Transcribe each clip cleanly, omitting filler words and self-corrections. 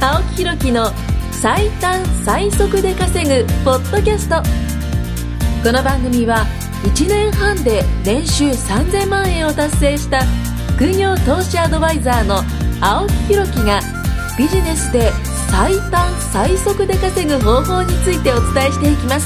青木ひろきの最短最速で稼ぐポッドキャスト。この番組は1年半で年収3000万円を達成した副業投資アドバイザーの青木ひろきがビジネスで最短最速で稼ぐ方法についてお伝えしていきます。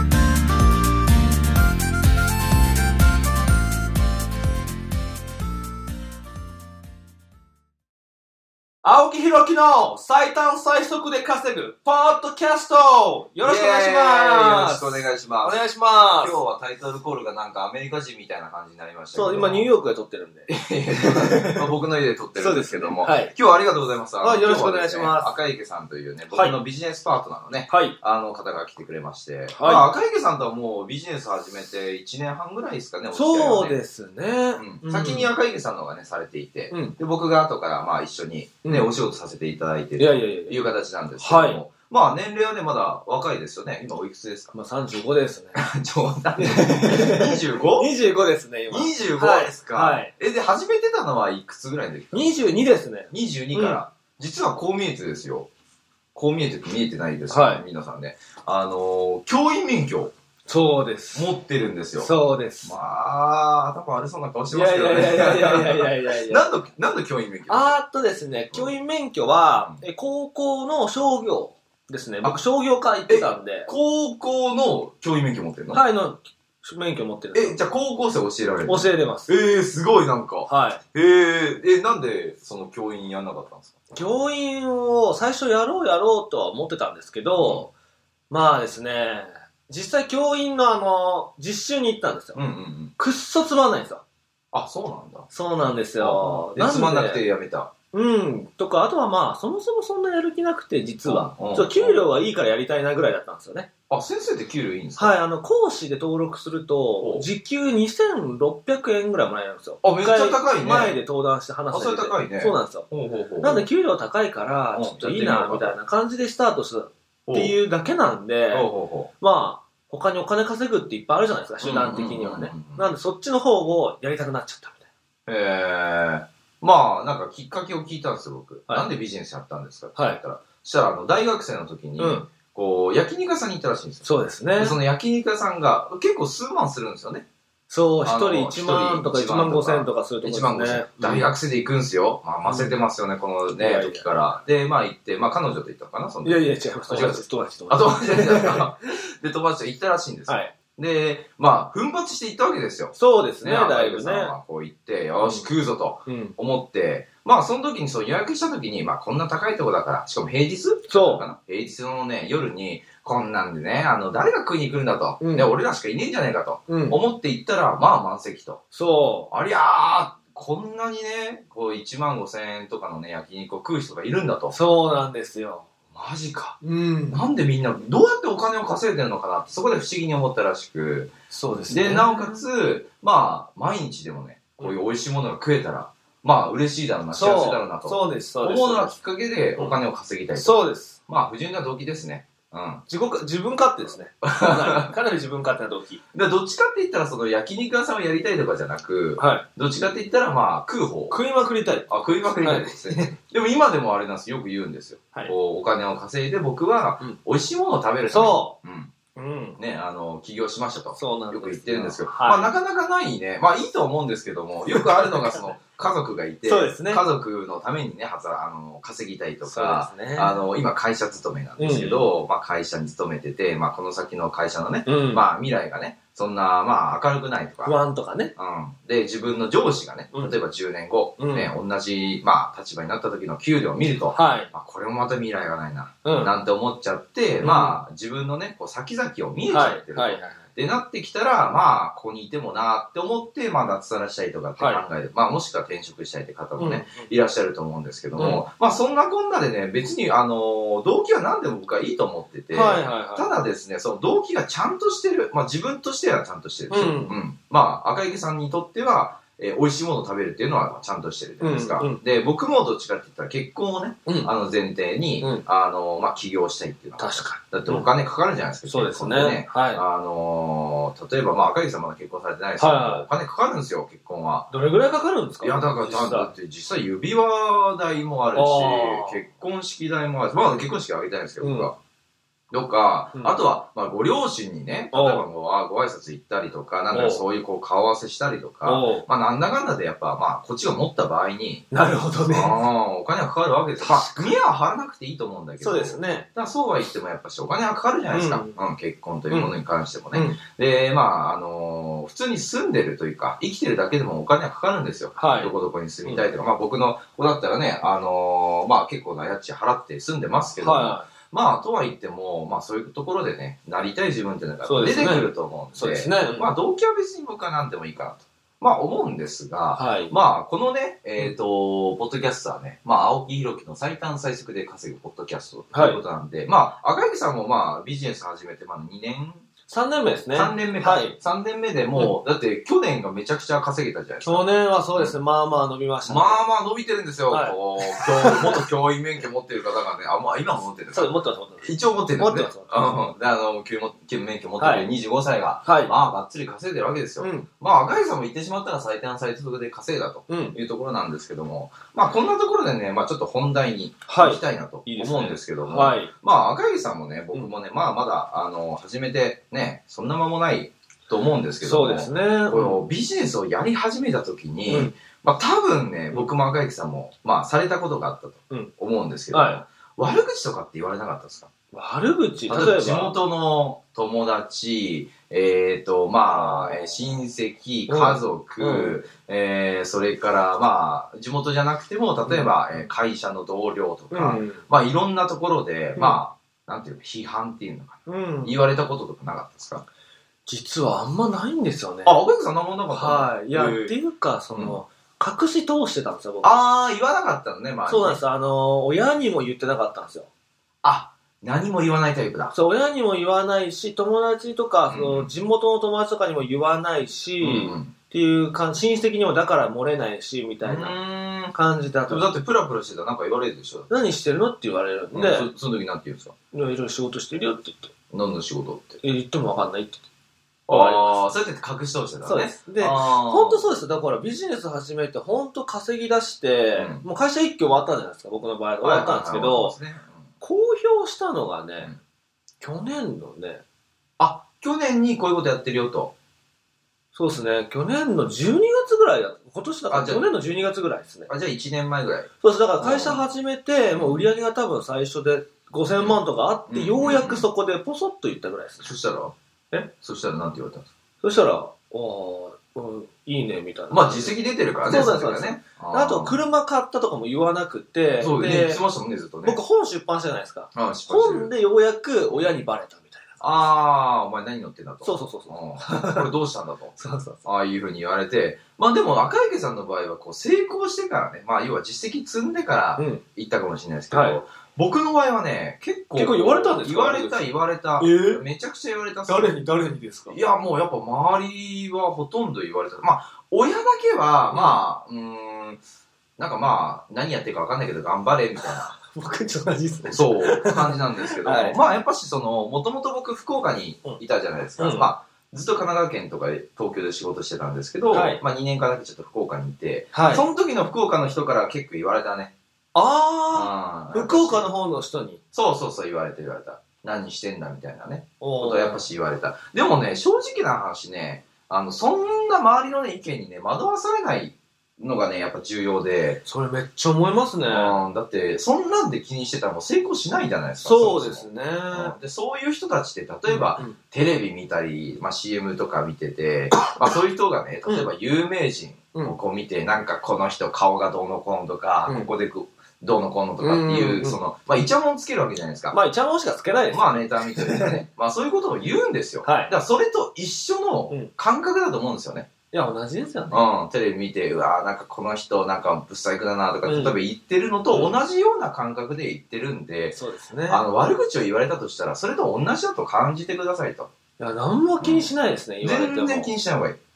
青木ひろきの最短最速で稼ぐポッドキャスト、よろしくお願いします。 よろしくお願いします。 お願いします。 今日はタイトルコールがなんかアメリカ人みたいな感じになりましたけど。 そう、今ニューヨークで撮ってるんで。 まあ僕の家で撮ってるんですけども、 はい、 今日はありがとうございます。 よろしくお願いします。 赤池さんというね、僕のビジネスパートナーのね、 はい、 方が来てくれまして、 はい、 まあ、赤池さんとはもうビジネス始めて1年半ぐらいですかね、 そうですね、 先に赤池さんの方がね、されていて、で僕が後からまあ一緒にね、お仕事させていただいているという形なんですけども、まあ年齢はね、まだ若いですよね。今おいくつですか？ まあ35ですね。 冗談で。25？25 ですね、今。 25ですか？ はい。 で、始めてたのはいくつぐらいの時か ？22ですね。 22から。実はこう見えてですよ。こう見えてて見えてないですよね、皆さんね。教員免許。 そうです。 持ってるんですよ。 そうです。 まあ、頭悪そうな顔してますけどね。 いや。 何の教員免許ですね、教員免許は、高校の商業ですね。僕、商業科行ってたんで。 高校の教員免許持ってるの？ はい、免許持ってるんですよ。 じゃあ高校生教えられる？ 教えれます。 すごいなんか。 はい。 なんでその教員やんなかったんですか？ 教員を最初やろうとは思ってたんですけど、まあですね、実際教員の実習に行ったんですよ。くっそつまんないんですよ。 あ、そうなんだ。 そうなんですよ。 つまんなくてやめた。 とか、あとはまあ、そもそもそんなやる気なくて、実は。給料はいいからやりたいなぐらいだったんですよね。 あ、先生って給料いいんですか？ はい、講師で登録すると、時給2600円ぐらいもらえるんですよ。 あ、めっちゃ高いね。 前で登壇して話してて。 それ高いね。 そうなんですよ。なんで給料高いから、ちょっといいな、みたいな感じでスタートしたっていうだけなんで、まあ、他にお金稼ぐっていっぱいあるじゃないですか、手段的にはね。なんでそっちの方をやりたくなっちゃったみたいな。まあ、なんかきっかけを聞いたんですよ、僕。なんでビジネスやったんですかって言ったら。そしたら、大学生の時に、こう、焼肉屋さんに行ったらしいんですよ。 そうですね。 その焼肉屋さんが結構数万するんですよね。 そう、一人1万とか1万5千とかするところですね。 大学生で行くんすよ。まあ、ませてますよね、このね、時から。で、まあ行って、まあ彼女と行ったのかな、その時。 いや、違います。友達。 友達で、友達と行ったらしいんですよ。で、まあ、奮発して行ったわけですよ。 そうですね、だいぶね。 こう行って、よし、食うぞと思って、まあ、その時に予約した時に、まあ、こんな高いとこだから、しかも平日そうかな。平日のね、夜に、こんなんでね、誰が食いに来るんだと。で、俺らしかいねえんじゃねえかと。思って行ったら、まあ、満席と。 そう。 ありゃー、こんなにね、こう、1万5千円とかのね、焼肉を食う人がいるんだと。 そうなんですよ。 マジか。なんでみんな、どうやってお金を稼いでるのかなって、そこで不思議に思ったらしく。 そうですね。 で、なおかつ、まあ、毎日でもね、こういう美味しいものが食えたら、まあ、嬉しいだろうな、幸せだろうなと。 そうです、そうです。 思うのがきっかけでお金を稼ぎたいと。 そうです。 まあ、不純な動機ですね。 自分勝手ですね。かなり自分勝手な動機。 どっちかって言ったら、その焼肉屋さんをやりたいとかじゃなく、どっちかって言ったら、まあ、食う方。 食いまくりたい。 食いまくりたいですね。でも今でもあれなんです、よく言うんですよ。こう、お金を稼いで僕は、美味しいものを食べるために。そう。ね、起業しましたと。そうなんです。よく言ってるんですけど。まあ、なかなかないね。まあ、いいと思うんですけども、よくあるのが、家族がいて、家族のためにね、稼ぎたいとか、今会社勤めなんですけど、まあ会社に勤めてて、まあこの先の会社のね、まあ未来がね、そんな、まあ明るくないとか。 不安とかね。 で、自分の上司がね、例えば10年後、ね、同じ、まあ立場になった時の給料を見ると、まあこれもまた未来がないな、なんて思っちゃって、まあ自分のね、こう先々を見えちゃってると。で、なってきたら、まあ、ここにいてもなって思って、まあ、脱サラしたいとかって考える。まあ、もしくは転職したいって方もね、いらっしゃると思うんですけども、まあ、そんなこんなでね、別に、動機は何でも僕はいいと思ってて、ただですね、その動機がちゃんとしてる。まあ、自分としてはちゃんとしてる。まあ、赤池さんにとっては、 美味しいものを食べるっていうのはちゃんとしてるじゃないですか。で、僕もどっちかって言ったら結婚をね、前提に、起業したいっていうのは。 確かに。 だってお金かかるじゃないですか。 そうですね。 はい。例えば、赤木さんまだ結婚されてないですけど、お金かかるんですよ、結婚は。 どれぐらいかかるんですか？ いや、だって実際指輪代もあるし、結婚式代もあるし、まだ結婚式はあげたいんですけど、僕は。とか、あとは、ご両親にね、例えばご挨拶行ったりとか、なんかそういう顔合わせしたりとか、なんだかんだでやっぱ、こっちが持った場合に、 なるほどね。 お金がかかるわけですよ。見栄は張らなくていいと思うんだけど。 そうですね。 そうは言ってもやっぱしお金がかかるじゃないですか。結婚というものに関してもね。で、普通に住んでるというか、生きてるだけでもお金はかかるんですよ。どこどこに住みたいとか、僕の子だったらね、結構な家賃払って住んでますけども、とは言っても、そういうところでね、なりたい自分っていうのが出てくると思うんで、 そうですね。 動機は別に僕は何でもいいかなと。思うんですが、このね、ポッドキャストはね、青木ひろきの最短最速で稼ぐポッドキャストということなんで、赤木さんもビジネス始めて2年 3年目ですね。 3年目か。はい。3年目でもう、だって去年がめちゃくちゃ稼げたじゃないですか。 去年はそうですね。伸びましたね。 伸びてるんですよ。元教員免許持ってる方がね、今も持ってるんですか？ そう、持ってます。 一応持ってるんですね。 持ってます。 教員免許持ってる25歳が、がっつり稼いでるわけですよ。赤井さんも言ってしまったら最短最速で稼いだというところなんですけども、こんなところでね、ちょっと本題に行きたいなと思うんですけども、赤井さんもね、僕もね、まだ、始めてね、そんな間もないと思うんですけども、 そうですね。 ビジネスをやり始めた時に、多分ね、僕も赤池さんも、されたことがあったと思うんですけど、悪口とかって言われなかったですか？ 悪口？ 例えば地元の友達、親戚、家族、それから地元じゃなくても、例えば会社の同僚とか、いろんなところで、なんていうか、批判っていうのかな、言われたこととかなかったですか？ 実はあんまないんですよね。 赤池さん何もなかったの？ はい。いや、っていうか、隠し通してたんですよ、僕。 言わなかったのね、周りに。 そうなんです。親にも言ってなかったんですよ。 何も言わないタイプだ。 そう、親にも言わないし、友達とか、地元の友達とかにも言わないし、っていう親戚にもだから漏れないし、みたいな感じだと。 だってプラプラしてたらなんか言われるでしょ？ 何してるのって言われるんで。 その時なんて言うんですか？ いろいろ仕事してるよって言って。 何の仕事って？ 言ってもわかんないって言って。 そうやって隠し通してたね。 そうです。で、本当そうです。だからビジネス始めて本当稼ぎ出して、もう会社一挙終わったじゃないですか、僕の場合は。終わったんですけど、公表したのがね、去年のね。 去年にこういうことやってるよと。 そうですね。去年の12月ぐらいだ。今年だから去年の12月ぐらいですね。 じゃあ1年前ぐらい。 そうです。だから会社始めて、もう売り上げが多分最初で5000万とかあって、ようやくそこでポソッと言ったぐらいですね。 そしたらなんて言われたんですか？ そしたら、いいね、みたいな。 実績出てるからね。 そうですね。あと、車買ったとかも言わなくて。 そうね、言ってましたもんね、ずっとね。 僕本出版したじゃないですか。本でようやく親にバレたみたいな。 お前何乗ってんだと。 そう。 これどうしたんだと。 そう。 ああいうふうに言われて。でも赤池さんの場合は、成功してからね、要は実績積んでから行ったかもしれないですけど、僕の場合はね、結構言われたんですか？ 言われた。めちゃくちゃ言われた。 誰にですか？ いや、もうやっぱ周りはほとんど言われた。親だけは、何やってるか分かんないけど頑張れ、みたいな。 僕と同じですね。 そう、感じなんですけど、やっぱしもともと僕福岡にいたじゃないですか。ずっと神奈川県とか東京で仕事してたんですけど、2年間だけちょっと福岡にいて、その時の福岡の人から結構言われたね。 福岡の方の人に。 そう言われた。何してんだみたいなね。ことやっぱし言われた。でもね、正直な話ね、そんな周りのね、意見にね、惑わされないのがね、やっぱ重要で。 それめっちゃ思いますね。 だって、そんなんで気にしてたらもう成功しないじゃないですか。 そうですね。 で、そういう人たちって、例えば、テレビ見たり、CM とか見てて、そういう人がね、例えば有名人を見て、なんかこの人顔がどうのこうのとか、ここでどうのこうのとかっていう、イチャモンつけるわけじゃないですか。 イチャモンしかつけないです。 ネタ見ててね。そういうことを言うんですよ。だからそれと一緒の感覚だと思うんですよね。 いや、同じですよね。 テレビ見て、なんかこの人、なんかブサイクだなとか、例えば言ってるのと同じような感覚で言ってるんで、 そうですね。 悪口を言われたとしたら、それと同じだと感じてくださいと。 いや、何も気にしないですね、言われても。 全然気にしない方がいい。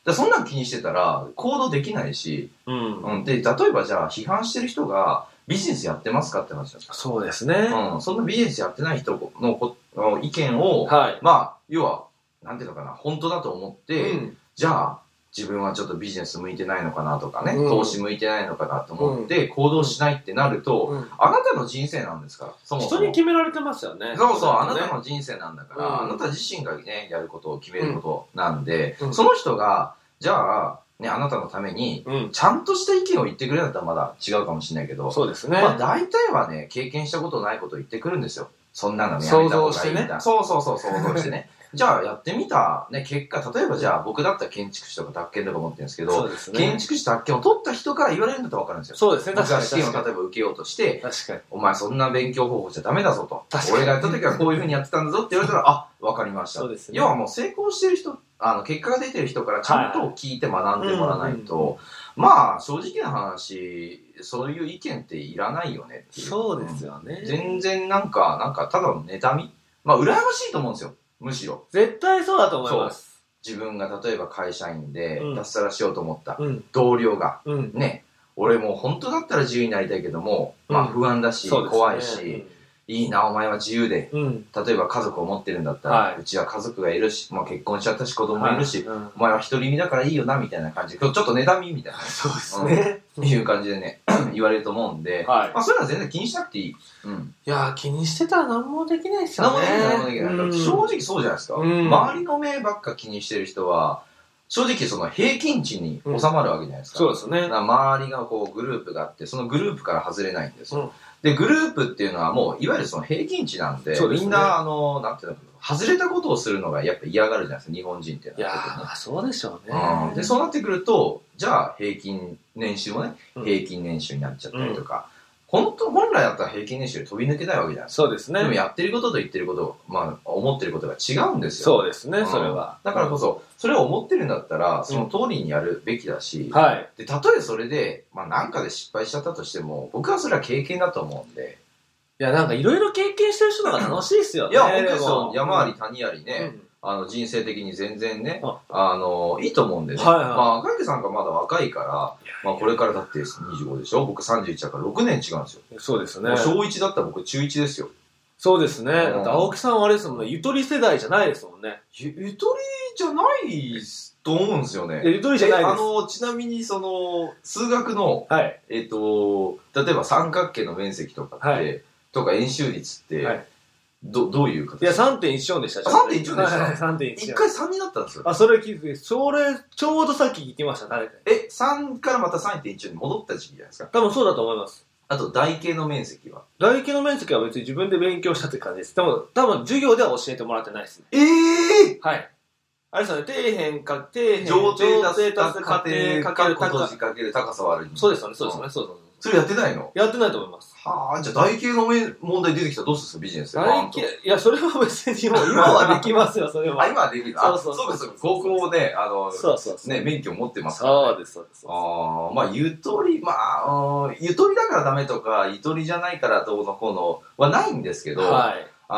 そんなん気にしてたら行動できないし、で、例えばじゃあ批判してる人がビジネスやってますかって話なんですか。 そうですね。 そんなビジネスやってない人の意見を、要は、なんていうのかな、本当だと思って、じゃあ、自分はちょっとビジネス向いてないのかなとかね、投資向いてないのかなと思って行動しないってなると、あなたの人生なんですから、そもそも。 人に決められてますよね。 そうそう、あなたの人生なんだから、あなた自身がね、やることを決めることなんで、その人が、じゃあ、ね、あなたのために、ちゃんとした意見を言ってくれるんだったらまだ違うかもしれないけど、 そうですね。 まあ大体はね、経験したことないことを言ってくるんですよ。そんなのね、やめた方がいいんだ。想像してね。じゃあやってみた、ね、結果、例えばじゃあ僕だったら建築士とか宅建とか持ってるんですけど、建築士宅建を取った人から言われるんだったら分かるんですよ。 そうですね、 僕が試験を例えば受けようとして、お前そんな勉強方法じゃダメだぞと。俺がやった時はこういうふうにやってたんだぞって言われたら、あ、分かりました。要はもう成功してる人、結果が出てる人からちゃんと聞いて学んでもらわないと、まあ正直な話、そういう意見っていらないよねっていう。 そうですよね。 全然なんかただの妬み、まあ羨ましいと思うんですよ。むしろ絶対そうだと思います。 自分が例えば会社員で脱サラしようと思った同僚が、ね、俺もう本当だったら自由になりたいけども、まあ不安だし、怖いし、いいなお前は自由で、例えば家族を持ってるんだったら、うちは家族がいるし、まあ、結婚しちゃったし子供いるし、お前は独り身だからいいよなみたいな感じで、ちょっと妬みみたいな、 そうですね、 いう感じでね言われると思うんで、まあそういうのは全然気にしなくていい。 いや気にしてたら何もできないですよね。 何もできない。正直そうじゃないですか。周りの目ばっか気にしてる人は正直その平均値に収まるわけじゃないですか。 そうですね。 周りがこうグループがあって、そのグループから外れないんですよ。で、グループっていうのはもういわゆるその平均値なんで、みんななんていうの、外れたことをするのがやっぱ嫌がるじゃないですか、日本人っていうのは。 いやそうでしょうね。 で、そうなってくると、じゃあ平均年収もね、平均年収になっちゃったりとか、本来だったら平均年収で飛び抜けたいわけじゃないですか。そうですね。でもやってることと言ってること、まあ思ってることが違うんですよ。 そうですね、それは。 だからこそ、それを思ってるんだったら、その通りにやるべきだし、で、たとえそれで、まあなんかで失敗しちゃったとしても、僕はそれは経験だと思うんで。 いや、なんかいろいろ経験してる人の方が楽しいですよね。 いや、本当ですよ。山あり谷ありね。人生的に全然ね、いいと思うんでね。まあ、赤池さんがまだ若いから、まあ、これからだって25でしょ、僕31だから6年違うんですよ。 そうですね。 小1だったら僕中1ですよ。 そうですね。だって青木さんはあれですもんね、ゆとり世代じゃないですもんね。 ゆとりじゃないと思うんですよね。 ゆとりじゃないです。 ちなみにその、数学の、例えば三角形の面積とかって、とか円周率って、どういう形？ いや、3.14 でした。 3.14でした。 3.14。 一回3になったんですよ。 それ聞いて、ちょうどさっき聞きました、誰か。 3からまた 3.14 に戻った時期じゃないですか。 多分そうだと思います。 あと、台形の面積は？ 台形の面積は別に自分で勉強したって感じです。でも、多分授業では教えてもらってないですね。はい。あれですよね、底辺、 上底足す過程かける閉じかける高さはある。 そうですよね、そうですよね、そうです。 それやってないの？ やってないと思います。 はあ、じゃあ台形の問題出てきたらどうするんですか、ビジネスで。 台形、いや、それは別にもう今はできますよ、それは。 今はできる。そうです。高校をね、ね、免許持ってますから。 そうです、そうです。 まあ、ゆとりだからダメとか、ゆとりじゃないからどうのこうのはないんですけど、ま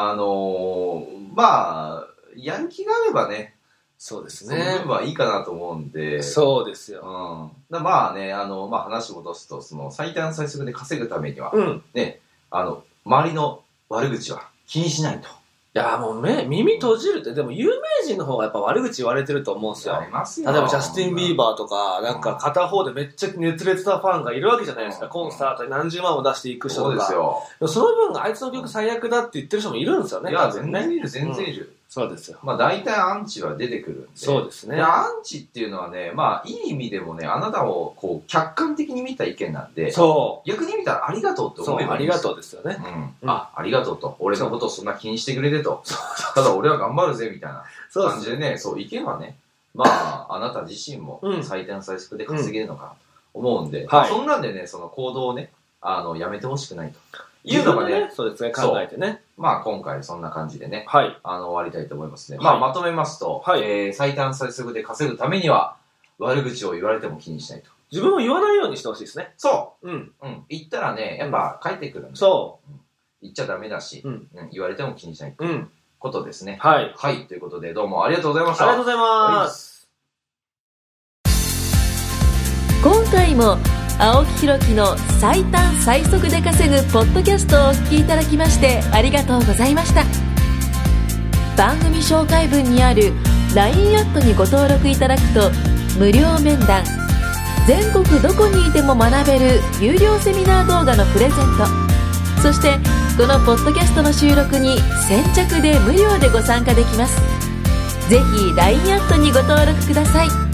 あ、やる気があればね、 そうですね。その部分はいいかなと思うんで。 そうですよ。 まあね、まあ話戻すと、その最短最速で稼ぐためには、ね、周りの悪口は気にしないと。いや、もう耳閉じるって、でも有名人の方がやっぱ悪口言われてると思うんですよ。 ありますよ。 例えばジャスティン・ビーバーとか、なんか片方でめっちゃ熱烈なファンがいるわけじゃないですか。コンサートに何十万を出していく人とか。そうですよ。その分あいつの曲最悪だって言ってる人もいるんですよね。 いや、全然いる、全然いる。 そうですよ。 まあ大体アンチは出てくるんで。 そうですね。 アンチっていうのはね、まあいい意味でもね、あなたをこう客観的に見た意見なんで、逆に見たらありがとうって思えばいいんですよ。 ありがとうですよね。 ありがとうと。俺のことをそんな気にしてくれてと。ただ俺は頑張るぜみたいな感じでね、そういけばね、まああなた自身も最短最速で稼げるのかなと思うんで、そんなんでね、その行動をね、やめてほしくないと。いうのがね、 そうですね、考えてね。 まあ今回そんな感じでね、終わりたいと思いますね。まあまとめますと、最短最速で稼ぐためには、悪口を言われても気にしないと。 自分も言わないようにしてほしいですね。 そう。言ったらね、やっぱ返ってくるんで。そう。言っちゃダメだし、言われても気にしないということですね。はい。ということでどうもありがとうございました。 ありがとうございます。 回も青木ひろきの最短最速で稼ぐポッドキャストをお聞きいただきましてありがとうございました。番組紹介文にある LINE アットにご登録いただくと無料面談、全国どこにいても学べる有料セミナー動画のプレゼント、そしてこのポッドキャストの収録に先着で無料でご参加できます。ぜひ LINE アットにご登録ください。